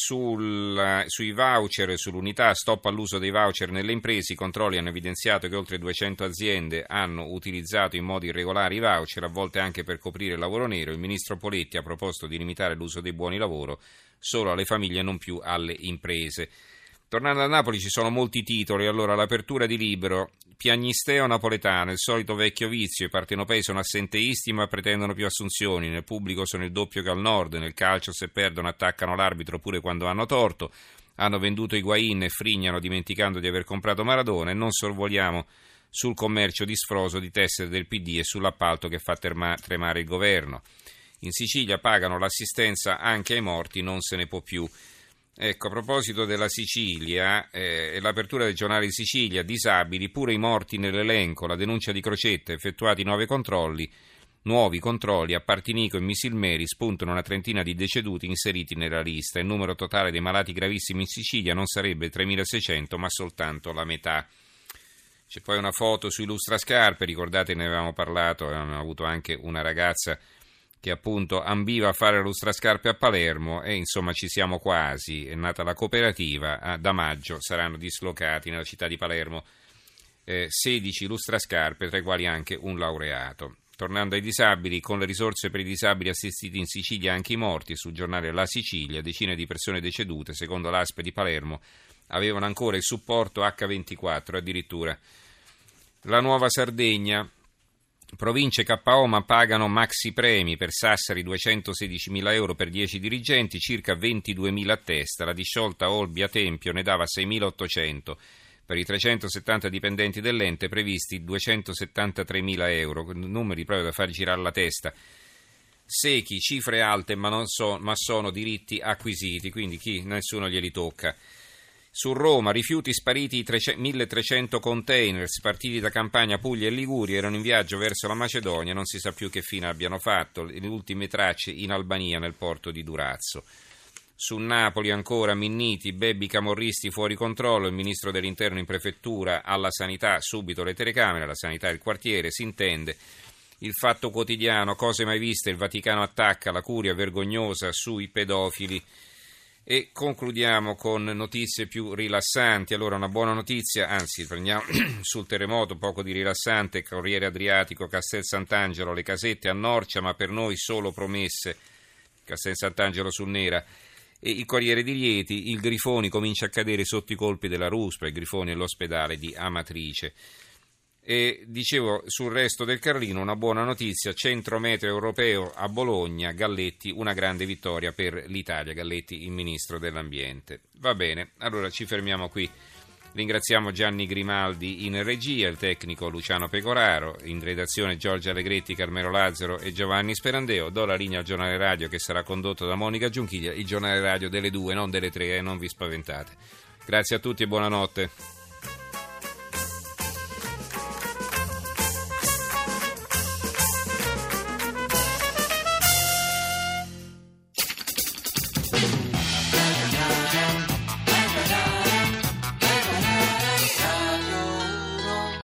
Sui voucher, sull'unità, stop all'uso dei voucher nelle imprese. I controlli hanno evidenziato che oltre 200 aziende hanno utilizzato in modo irregolare i voucher, a volte anche per coprire il lavoro nero. Il ministro Poletti ha proposto di limitare l'uso dei buoni lavoro solo alle famiglie e non più alle imprese. Tornando a Napoli ci sono molti titoli. Allora, l'apertura di Libero, piagnisteo napoletano, il solito vecchio vizio, i partenopei sono assenteisti ma pretendono più assunzioni, nel pubblico sono il doppio che al nord, nel calcio se perdono attaccano l'arbitro pure quando hanno torto, hanno venduto Higuain e frignano dimenticando di aver comprato Maradona e non sorvoliamo sul commercio di sfroso di tessere del PD e sull'appalto che fa tremare il governo. In Sicilia pagano l'assistenza anche ai morti, non se ne può più. Ecco, a proposito della Sicilia, l'apertura del giornale di Sicilia, disabili, pure i morti nell'elenco, la denuncia di Crocetta, effettuati nuovi controlli a Partinico e Misilmeri, spuntano una trentina di deceduti inseriti nella lista. Il numero totale dei malati gravissimi in Sicilia non sarebbe 3.600, ma soltanto la metà. C'è poi una foto su Illustrascarpe, ricordate ne avevamo parlato, avevamo avuto anche una ragazza che appunto ambiva a fare Lustrascarpe a Palermo e insomma ci siamo quasi, è nata la cooperativa, da maggio saranno dislocati nella città di Palermo 16 Lustrascarpe, tra i quali anche un laureato. Tornando ai disabili, con le risorse per i disabili assistiti in Sicilia anche i morti, sul giornale La Sicilia, decine di persone decedute, secondo l'ASP di Palermo, avevano ancora il supporto H24 addirittura. La Nuova Sardegna, province KO ma pagano maxi premi, per Sassari 216.000 euro per 10 dirigenti, circa 22.000 a testa, la disciolta Olbia Tempio ne dava 6.800, per i 370 dipendenti dell'ente previsti 273.000 euro, numeri proprio da far girare la testa. Secchi, cifre alte ma sono diritti acquisiti, quindi nessuno glieli tocca. Su Roma, rifiuti spariti 1.300 containers partiti da Campania, Puglia e Liguria, erano in viaggio verso la Macedonia, non si sa più che fine abbiano fatto, le ultime tracce in Albania nel porto di Durazzo. Su Napoli ancora, Minniti, Bebbi camorristi fuori controllo, il ministro dell'interno in prefettura, alla sanità subito le telecamere, la sanità e il quartiere, si intende. Il Fatto Quotidiano, cose mai viste, il Vaticano attacca, la curia vergognosa sui pedofili. E concludiamo con notizie più rilassanti. Allora, una buona notizia, anzi prendiamo sul terremoto poco di rilassante, Corriere Adriatico, Castel Sant'Angelo, le casette a Norcia ma per noi solo promesse, Castel Sant'Angelo sul Nera. E il Corriere di Rieti, il Grifoni comincia a cadere sotto i colpi della ruspa, il Grifoni è l'ospedale di Amatrice. E dicevo, sul resto del Carlino una buona notizia, centro meteo europeo a Bologna, Galletti, una grande vittoria per l'Italia, Galletti il ministro dell'ambiente. Va bene, allora ci fermiamo qui, ringraziamo Gianni Grimaldi in regia, il tecnico Luciano Pecoraro, in redazione Giorgia Allegretti, Carmelo Lazzaro e Giovanni Sperandeo. Do la linea al giornale radio che sarà condotto da Monica Giunchiglia, il giornale radio delle 2, non delle 3, non vi spaventate. Grazie a tutti e buonanotte.